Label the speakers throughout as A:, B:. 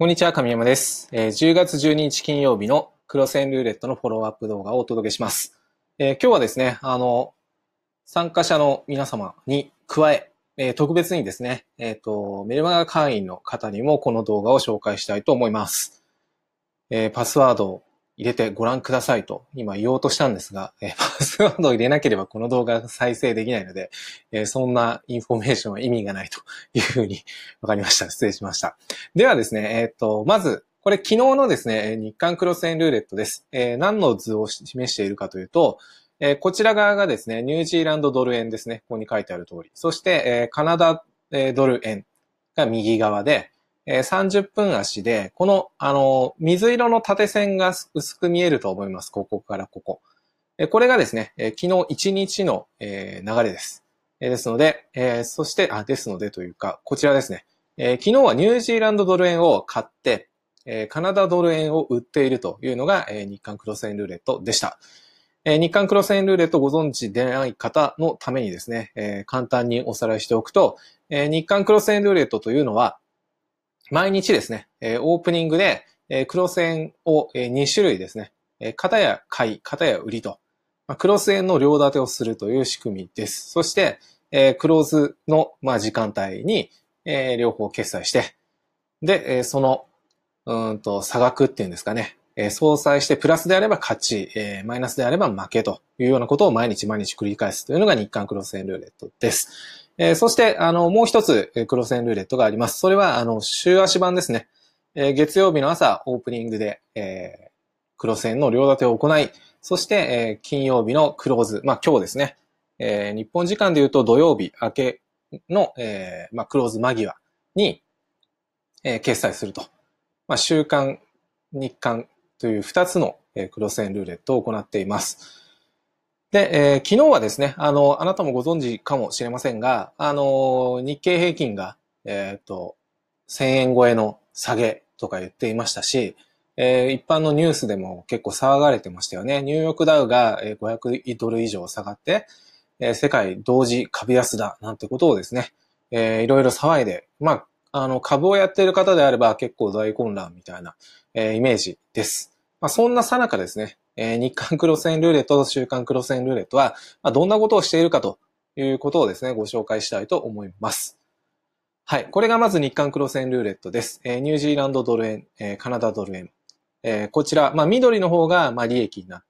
A: こんにちは、神山です。10月12日金曜日のクロス円ルーレットのフォローアップ動画をお届けします。今日はですね、参加者の皆様に加え、特別にですね、メルマガ会員の方にもこの動画を紹介したいと思います。パスワードを入れてご覧くださいと今言おうとしたんですが、パスワードを入れなければこの動画再生できないので、そんなインフォメーションは意味がないというふうにわかりました。失礼しました。ではですね、まず、これ昨日のですね、日韓クロス円ルーレットです。何の図を示しているかというと、こちら側がですね、ニュージーランドドル円ですね。ここに書いてある通り。そして、カナダドル円が右側で、30分足で、この、水色の縦線が薄く見えると思います。ここからここ。これがですね、昨日1日の、流れです。ですので、そして、ですのでというか、こちらですね。昨日はニュージーランドドル円を買って、カナダドル円を売っているというのが、日韓クロス円ルーレットでした。日韓クロス円ルーレットご存知でない方のためにですね、簡単におさらいしておくと、日韓クロス円ルーレットというのは、毎日ですね、オープニングで、クロス円を2種類ですね、片や買い、片や売りと、クロス円の両立てをするという仕組みです。そして、クローズの時間帯に、両方決済して、で、その、差額っていうんですかね、相殺してプラスであれば勝ち、マイナスであれば負けというようなことを毎日繰り返すというのが日韓クロス円ルーレットです。そして、もう一つ、クロス円ルーレットがあります。それは、週足版ですね。月曜日の朝、オープニングで、クロス円の両立てを行い、そして、金曜日のクローズ、今日ですね。日本時間で言うと土曜日明けの、クローズ間際に、決済すると。週間、日間という2つのクロス円ルーレットを行っています。で、昨日はですね、あなたもご存知かもしれませんが、日経平均が、1000円超えの下げとか言っていましたし、一般のニュースでも結構騒がれてましたよね。ニューヨークダウが500ドル以上下がって、世界同時株安だなんてことをですね、いろいろ騒いで、株をやっている方であれば結構大混乱みたいな、イメージです。そんな最中ですね、日韓クロス円ルーレットと週韓クロス円ルーレットは、どんなことをしているかということをですね、ご紹介したいと思います。はい。これがまず日韓クロス円ルーレットです。ニュージーランドドル円、カナダドル円。こちら、緑の方が、利益になって、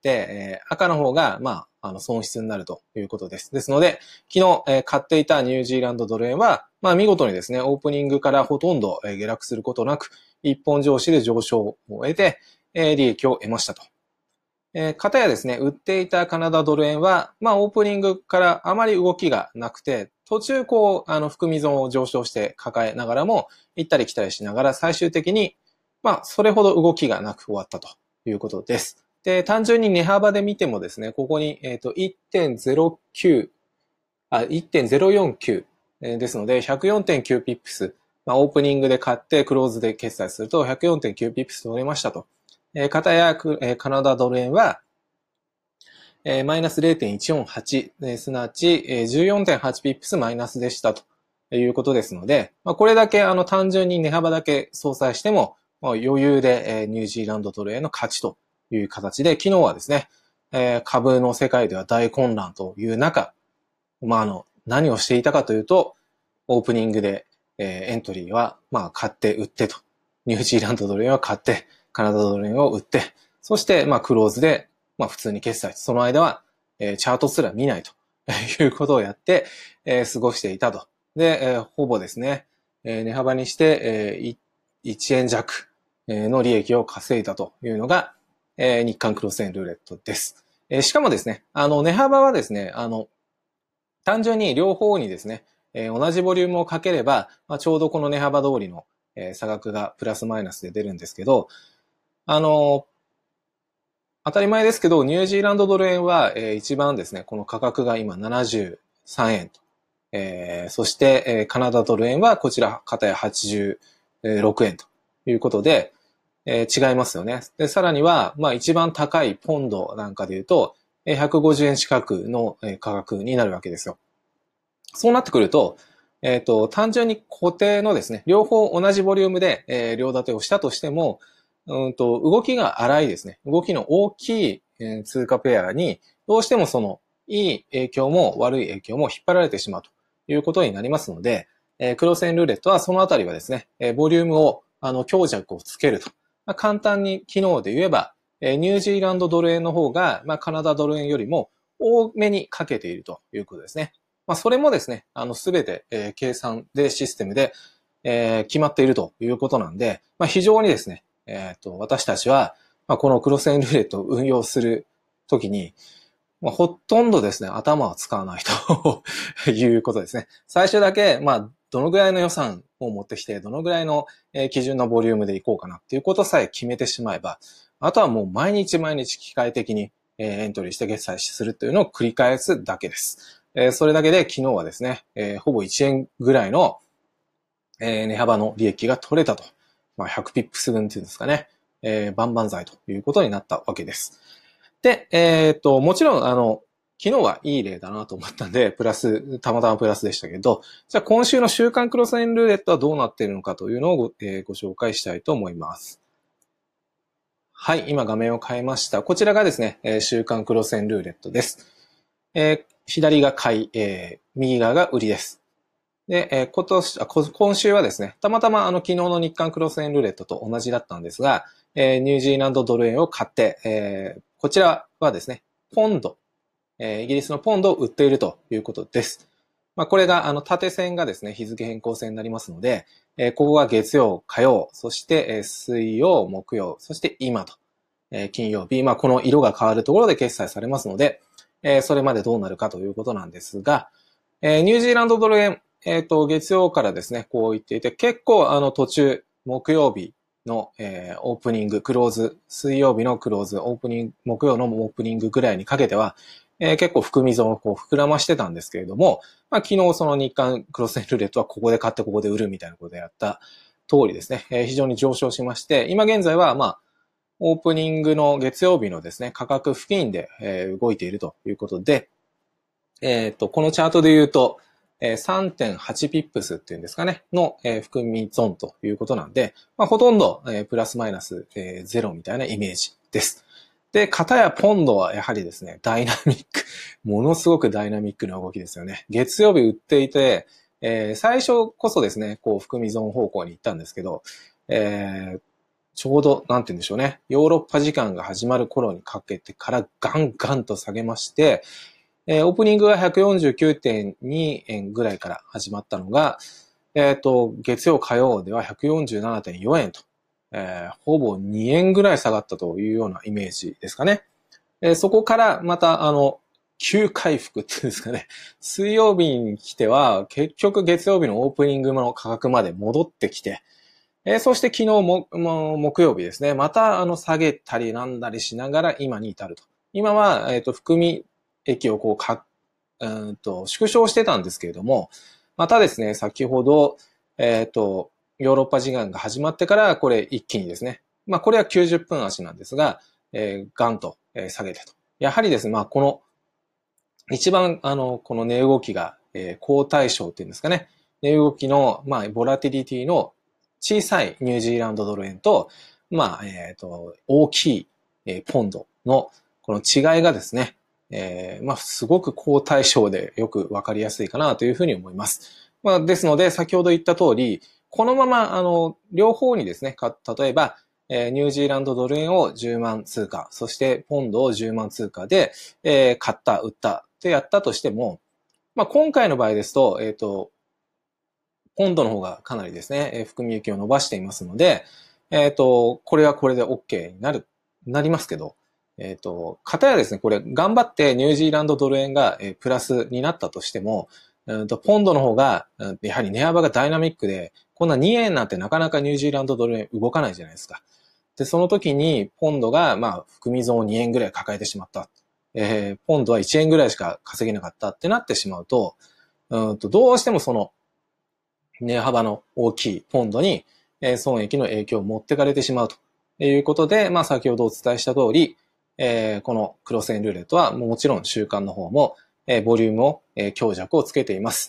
A: 赤の方が、損失になるということです。ですので、昨日、買っていたニュージーランドドル円は、見事にですね、オープニングからほとんど、下落することなく、一本上司で上昇を得て、利益を得ましたと。かたやですね、売っていたカナダドル円は、オープニングからあまり動きがなくて、途中含み損を上昇して抱えながらも、行ったり来たりしながら、最終的に、それほど動きがなく終わったということです。で、単純に値幅で見てもですね、ここに、1.09、1.049ですので、104.9ピップス、オープニングで買ってクローズで決済すると104.9ピップス取れましたと。かたやカナダドル円は、マイナス 0.148、すなわち 14.8 ピップスマイナスでしたということですので、これだけ単純に値幅だけ相殺しても、余裕でニュージーランドドル円の勝ちという形で、昨日はですね、株の世界では大混乱という中、何をしていたかというと、オープニングで、エントリーは、買って売ってと。ニュージーランドドル円は買って、カナダドル円を売って、そして、クローズで、普通に決済。その間は、チャートすら見ないということをやって、過ごしていたと。で、ほぼですね、値幅にして、1円弱の利益を稼いだというのが、日韓クロス円ルーレットです。しかもですね、値幅はですね、単純に両方にですね、同じボリュームをかければ、ちょうどこの値幅通りの、差額がプラスマイナスで出るんですけど、当たり前ですけど、ニュージーランドドル円は、一番ですね、この価格が今73円と。そして、カナダドル円はこちら、片や86円ということで、違いますよね。で、さらには、一番高いポンドなんかで言うと、150円近くの価格になるわけですよ。そうなってくると、 単純に固定のですね、両方同じボリュームで、両立てをしたとしても、動きが荒いですね、動きの大きい、通貨ペアに、どうしてもその、いい影響も悪い影響も引っ張られてしまうということになりますので、クロス円ルーレットはそのあたりはですね、ボリュームを、強弱をつけると。簡単に機能で言えば、ニュージーランドドル円の方が、カナダドル円よりも多めにかけているということですね。それもですね、すべて、計算でシステムで、決まっているということなんで、非常にですね、私たちは、このクロス円ルーレットを運用するときに、ほとんどですね、頭を使わないということですね。最初だけ、どのぐらいの予算を持ってきて、どのぐらいの基準のボリュームでいこうかなっていうことさえ決めてしまえば、あとはもう毎日毎日機械的にエントリーして決済するというのを繰り返すだけです。それだけで昨日はですね、ほぼ1円ぐらいの値幅の利益が取れたと。100ピップス分っていうんですかね。万々歳ということになったわけです。で、もちろん、昨日はいい例だなと思ったんで、たまたまプラスでしたけど、じゃあ今週の週間クロス円ルーレットはどうなっているのかというのをご紹介したいと思います。はい、今画面を変えました。こちらがですね、週間クロス円ルーレットです。左が買い、右側が売りです。で、今週はですね、たまたま昨日の日韓クロス円ルーレットと同じだったんですが、ニュージーランドドル円を買って、こちらはですね、ポンド、イギリスのポンドを売っているということです。これが縦線がですね、日付変更線になりますので、ここが月曜、火曜、そして水曜、木曜、そして今と、金曜日、この色が変わるところで決済されますので、それまでどうなるかということなんですが、ニュージーランドドル円、月曜からですね、こう言っていて、結構途中、木曜日の、オープニング、クローズ、水曜日のクローズ、木曜のオープニングぐらいにかけては、結構含み損をこう膨らましてたんですけれども、昨日その日韓クロス円ルーレットはここで買ってここで売るみたいなことをやった通りですね、非常に上昇しまして、今現在はオープニングの月曜日のですね、価格付近で、動いているということで、このチャートで言うと、3.8 ピップスっていうんですかね、の、含み損ということなんで、ほとんど、プラスマイナス、ゼロみたいなイメージです。で、片やポンドはやはりですね、ダイナミック、ものすごくダイナミックな動きですよね。月曜日売っていて、最初こそですね、こう含み損方向に行ったんですけど、ちょうど、なんて言うんでしょうね、ヨーロッパ時間が始まる頃にかけてからガンガンと下げまして、オープニングが 149.2 円ぐらいから始まったのが、月曜火曜では 147.4 円と、ほぼ2円ぐらい下がったというようなイメージですかね。そこからまた急回復っていうんですかね。水曜日に来ては結局月曜日のオープニングの価格まで戻ってきて、そして昨日も木曜日ですね。また下げたりなんだりしながら今に至ると。今は含み益をこう縮小してたんですけれども、またですね、先ほどヨーロッパ時間が始まってからこれ一気にですね、これは90分足なんですが、ガンと下げてと。やはりですね、この一番この値動きが好対象っていうんですかね、値動きのボラティリティの小さいニュージーランドドル円と、大きいポンドのこの違いがですね、すごく好対象でよくわかりやすいかなというふうに思います。ですので、先ほど言った通り、このまま、両方にですね、例えば、ニュージーランドドル円を10万通貨、そしてポンドを10万通貨で、買った、売ったってやったとしても、今回の場合ですと、ポンドの方がかなりですね、含み益を伸ばしていますので、これはこれで OK になりますけど、片やですね、これ頑張ってニュージーランドドル円がプラスになったとしても、ポンドの方が、やはり値幅がダイナミックで、こんな2円なんてなかなかニュージーランドドル円動かないじゃないですか。で、その時に、ポンドが、含み損を2円ぐらい抱えてしまった。ポンドは1円ぐらいしか稼げなかったってなってしまうと、どうしてもその、値幅の大きいポンドに、損益の影響を持ってかれてしまうということで、先ほどお伝えした通り、このクロス円ルーレットはもちろん週間の方も、ボリュームを、強弱をつけています。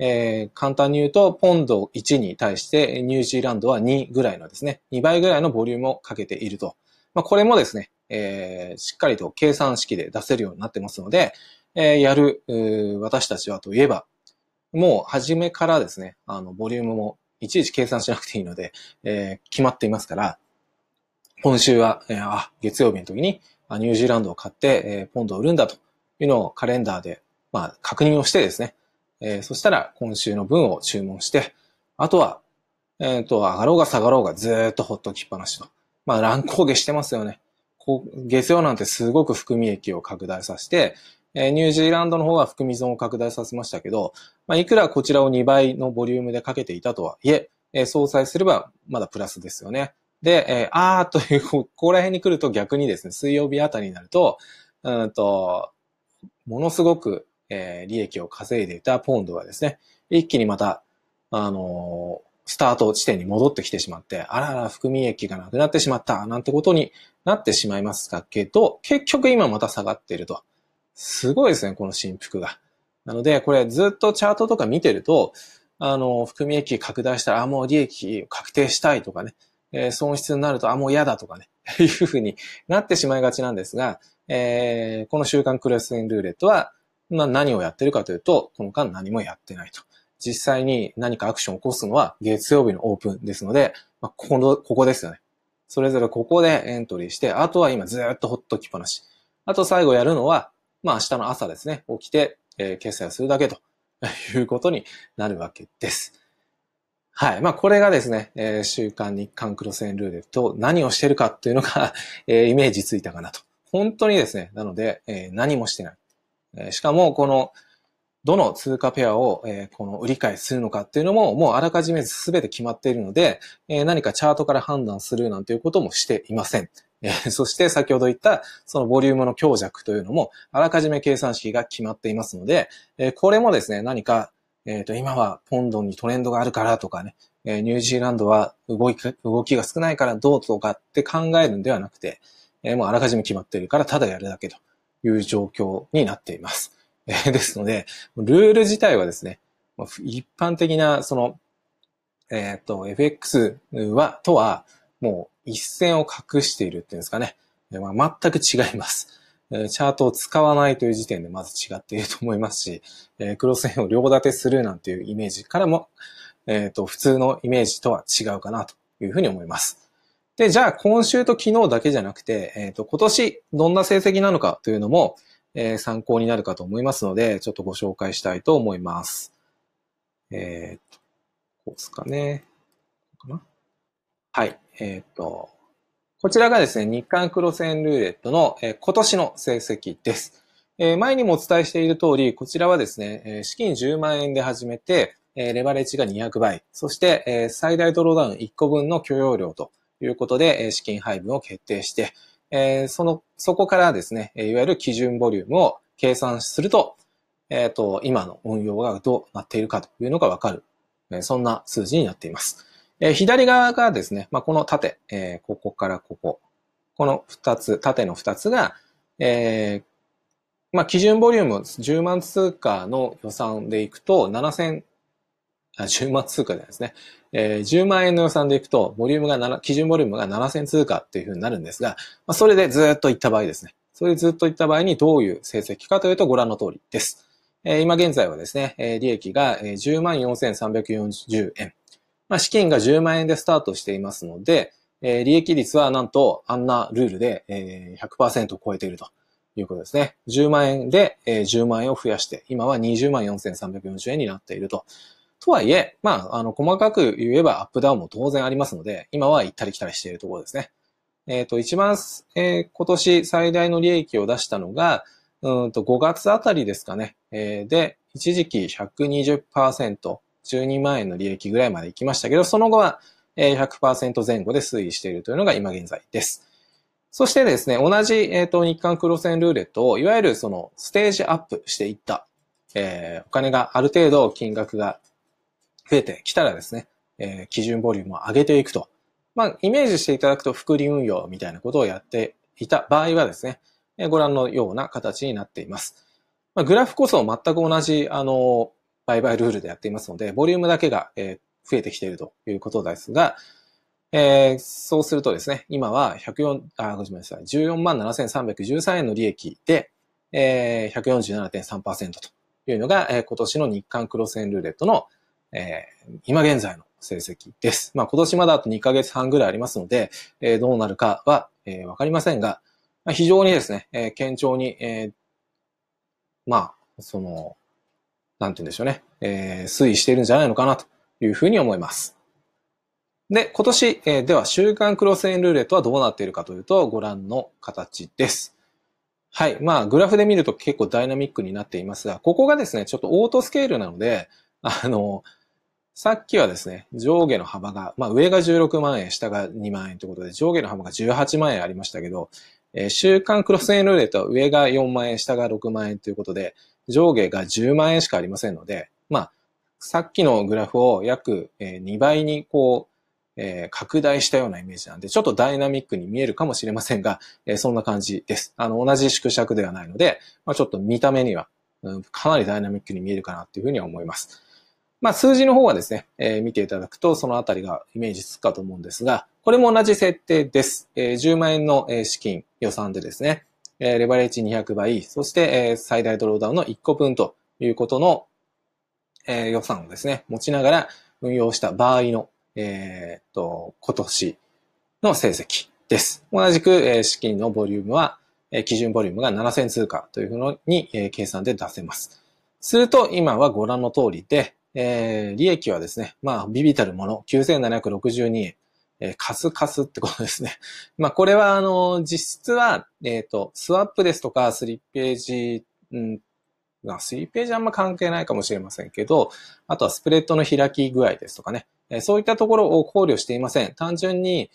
A: 簡単に言うと、ポンド1に対してニュージーランドは2ぐらいのですね、2倍ぐらいのボリュームをかけていると。これもですね、しっかりと計算式で出せるようになってますので、やる、私たちはといえば、もう初めからですね、ボリュームもいちいち計算しなくていいので、決まっていますから、今週は、月曜日の時にニュージーランドを買って、ポンドを売るんだというのをカレンダーで、確認をしてですね、そしたら今週の分を注文して、あとは、上がろうが下がろうがずーっとほっときっぱなしと。乱高下してますよね。月曜なんてすごく含み益を拡大させて、ニュージーランドの方は含み損を拡大させましたけど、いくらこちらを2倍のボリュームでかけていたとはいえ、相殺すればまだプラスですよね。で、という、ここら辺に来ると逆にですね、水曜日あたりになると、ものすごく、利益を稼いでいたポンドがですね、一気にまた、スタート地点に戻ってきてしまって、あらら、含み益がなくなってしまった、なんてことになってしまいますけど、結局今また下がっていると。すごいですね、この振幅が。なので、これずっとチャートとか見てると、含み益拡大したら、もう利益確定したいとかね、損失になると、もう嫌だとかね、いうふうになってしまいがちなんですが、この週刊クロス円ルーレットは、何をやってるかというと、この間何もやってないと。実際に何かアクションを起こすのは月曜日のオープンですので、ここですよね。それぞれここでエントリーして、あとは今ずっとほっときっぱなし。あと最後やるのは、明日の朝ですね、起きて、決済をするだけということになるわけです。はい。これがですね、週刊日刊クロス円ルーレット何をしてるかっていうのが、イメージついたかなと。本当にですね、なので、何もしてない。しかも、この、どの通貨ペアを、この売り買いするのかっていうのも、もうあらかじめ全て決まっているので、何かチャートから判断するなんていうこともしていません。そして先ほど言った、そのボリュームの強弱というのも、あらかじめ計算式が決まっていますので、これもですね、何か、今はポンドにトレンドがあるからとかね、ニュージーランドは動きが少ないからどうとかって考えるんではなくて、もうあらかじめ決まっているからただやるだけという状況になっています。ですので、ルール自体はですね、一般的な、FX とは、もう一線を画しているっていうんですかね。全く違います。チャートを使わないという時点でまず違っていると思いますし、クロス円を両立てするなんていうイメージからも、普通のイメージとは違うかなというふうに思います。で、じゃあ今週と昨日だけじゃなくて、今年どんな成績なのかというのも、参考になるかと思いますので、ちょっとご紹介したいと思います。こうですかね。はい。こちらがですね、日韓クロス円ルーレットの、今年の成績です。前にもお伝えしている通り、こちらはですね、資金10万円で始めて、レバレッジが200倍、そして、最大ドローダウン1個分の許容量ということで、資金配分を決定して、そこからですね、いわゆる基準ボリュームを計算すると、今の運用がどうなっているかというのがわかる、そんな数字になっています。左側がですね、この縦、ここからここ、この2つ、縦の2つが、基準ボリューム10万通貨の予算でいくと10万通貨じゃないですね。10万円の予算でいくと、基準ボリュームが7000通貨っていう風になるんですが、それでずっといった場合ですね。それでずっといった場合にどういう成績かというとご覧の通りです。今現在はですね、利益が10万4340円。資金が10万円でスタートしていますので、利益率はなんとあんなルールで 100% を超えているということですね。10万円で10万円を増やして、今は20万4340円になっていると。とはいえ、細かく言えばアップダウンも当然ありますので、今は行ったり来たりしているところですね。一番、今年最大の利益を出したのが、5月あたりですかね。で、一時期120%、12万円の利益ぐらいまで行きましたけど、その後は100% 前後で推移しているというのが今現在です。そしてですね、同じ、日韓クロス円ルーレットを、いわゆるそのステージアップしていった、お金がある程度金額が増えてきたらですね、基準ボリュームを上げていくと。イメージしていただくと、複利運用みたいなことをやっていた場合はですね、ご覧のような形になっています。グラフこそ全く同じ、 売買ルールでやっていますので、ボリュームだけが、増えてきているということですが、そうするとですね、今はごめんなさい、147,313円の利益で、147.3% というのが、今年の日韓クロス円ルーレットの、今現在の成績です。まあ今年まだあと2ヶ月半ぐらいありますので、どうなるかは、わかりませんが、まあ、非常にですね、堅調に、まあ、なんて言うんでしょうね、推移しているんじゃないのかなというふうに思います。で、今年、では週間クロス円ルーレットはどうなっているかというと、ご覧の形です。はい。まあ、グラフで見ると結構ダイナミックになっていますが、ここがですね、ちょっとオートスケールなので、さっきはですね、上下の幅が、まあ上が16万円、下が2万円ということで、上下の幅が18万円ありましたけど、週間クロス円ルーレットは上が4万円、下が6万円ということで、上下が10万円しかありませんので、まあ、さっきのグラフを約2倍に拡大したようなイメージなんで、ちょっとダイナミックに見えるかもしれませんが、そんな感じです。同じ縮尺ではないので、まあ、ちょっと見た目には、かなりダイナミックに見えるかなというふうには思います。まあ、数字の方はですね、見ていただくと、そのあたりがイメージつくかと思うんですが、これも同じ設定です。10万円の資金予算でですね、レバレッジ200倍、そして最大ドローダウンの1個分ということの予算をですね、持ちながら運用した場合の、今年の成績です。同じく資金のボリュームは、基準ボリュームが7000通貨というふうに計算で出せます。すると今はご覧の通りで、利益はですね、まあ、ビビたるもの、9762円、カスカスってことですね。まあ、これは、実質は、スワップですとか、スリッページ、スリッページあんま関係ないかもしれませんけど、あとはスプレッドの開き具合ですとかね、そういったところを考慮していません。単純に、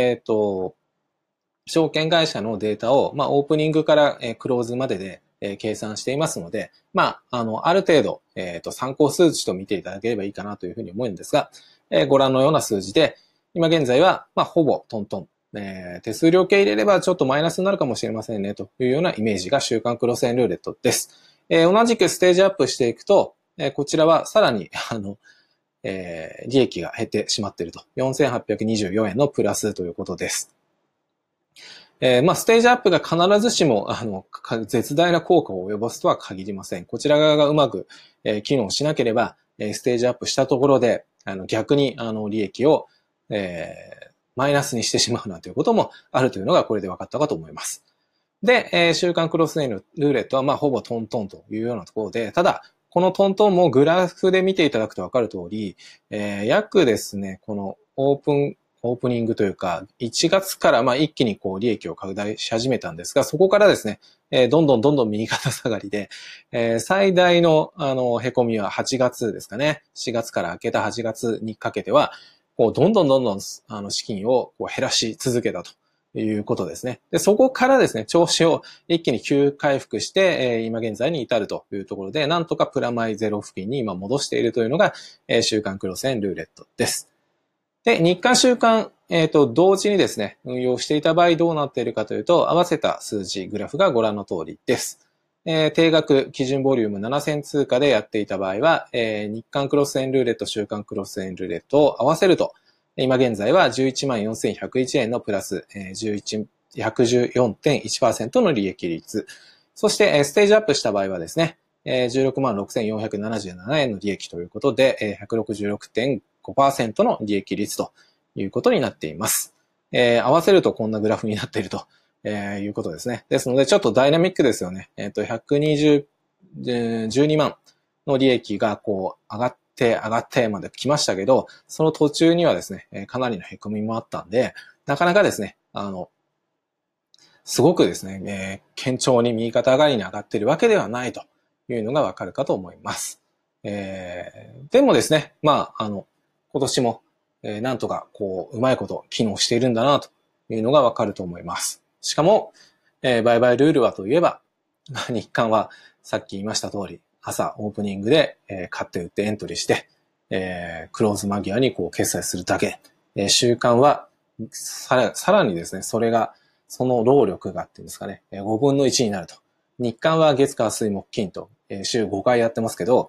A: 証券会社のデータを、まあ、オープニングから、クローズまでで、計算していますので、まあ、ある程度、参考数値と見ていただければいいかなというふうに思うんですが、ご覧のような数字で、今現在は、まあ、ほぼトントン。手数料系入れればちょっとマイナスになるかもしれませんね、というようなイメージが週間クロス円ルーレットです。同じくステージアップしていくと、こちらはさらに、利益が減ってしまっていると。4824円のプラスということです。まあ、ステージアップが必ずしも、絶大な効果を及ぼすとは限りません。こちら側がうまく、機能しなければ、ステージアップしたところで、逆に、利益を、マイナスにしてしまうなんていうこともあるというのがこれで分かったかと思います。で、週間クロス円ルーレットは、まあ、ほぼトントンというようなところで、ただ、このトントンもグラフで見ていただくと分かる通り、約ですね、このオープニングというか、1月からまあ一気にこう利益を拡大し始めたんですが、そこからですね、どんどん右肩下がりで、最大の凹みは8月ですかね。4月から明けた8月にかけては、こうどんどん資金をこう減らし続けたということですね。で、そこからですね、調子を一気に急回復して、今現在に至るというところで、なんとかプラマイゼロ付近に今戻しているというのが、週間クロス円ルーレットです。で、日韓週間、同時にですね、運用していた場合どうなっているかというと、合わせた数字、グラフがご覧の通りです。定額基準ボリューム7000通貨でやっていた場合は、日韓クロス円ルーレット、週間クロス円ルーレットを合わせると、今現在は114,101円のプラス、114.1% の利益率。そして、ステージアップした場合はですね、166,477円の利益ということで、166.5% の利益率ということになっています。合わせるとこんなグラフになっていると、いうことですね。ですので、ちょっとダイナミックですよね。12万の利益がこう上がってまで来ましたけど、その途中にはですね、かなりの凹みもあったんで、なかなかですね、すごくですね、堅調に右肩上がりに上がっているわけではないというのがわかるかと思います。でもですね、まあ、今年も、なんとかこう、うまいこと機能しているんだなというのがわかると思います。しかも、売買ルールはといえば、日韓はさっき言いました通り、朝オープニングで、買って売ってエントリーして、クローズ間際にこう決済するだけ。週間はさらにですね、その労力がっていうんですかね、5分の1になると。日韓は月火水木金と、週5回やってますけど、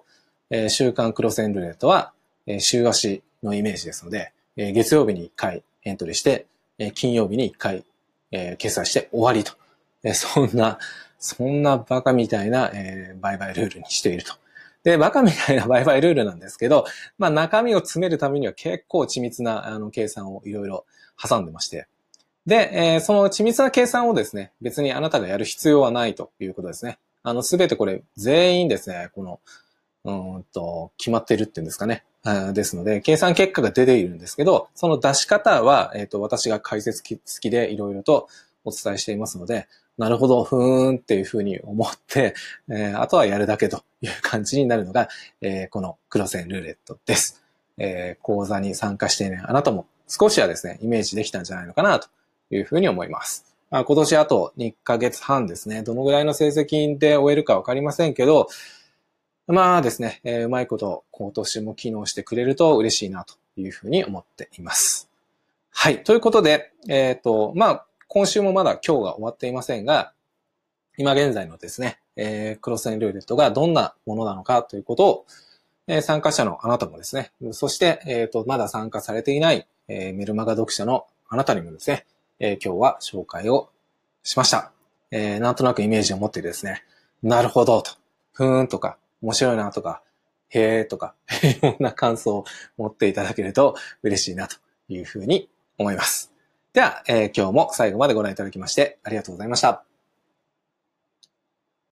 A: 週刊黒線ルーレットは、週足のイメージですので、月曜日に1回エントリーして、金曜日に1回、決済して終わりと。そんなバカみたいな、売買ルールにしていると。で、バカみたいな売買ルールなんですけど、まあ中身を詰めるためには結構緻密な計算をいろいろ挟んでまして。で、その緻密な計算をですね、別にあなたがやる必要はないということですね。すべてこれ全員ですね、決まっているっていうんですかね。ですので、計算結果が出ているんですけど、その出し方は、私が解説付きでいろいろとお伝えしていますので、なるほど、ふーんっていうふうに思って、あとはやるだけという感じになるのが、この黒線ルーレットです。講座に参加していないあなたも少しはですね、イメージできたんじゃないのかなというふうに思います。今年あと2ヶ月半ですね、どのぐらいの成績で終えるかわかりませんけど、まあですね、うまいこと今年も機能してくれると嬉しいなというふうに思っています。はい。ということで、今週もまだ今日が終わっていませんが、今現在のですね、クロス円ルーレットがどんなものなのかということを、参加者のあなたもですね、そして、まだ参加されていない、メルマガ読者のあなたにもですね、今日は紹介をしました。なんとなくイメージを持ってですね、なるほどと、ふーんとか、面白いなとか、へーとか、いろんな感想を持っていただけると嬉しいなというふうに思います。では、今日も最後までご覧いただきましてありがとうございました。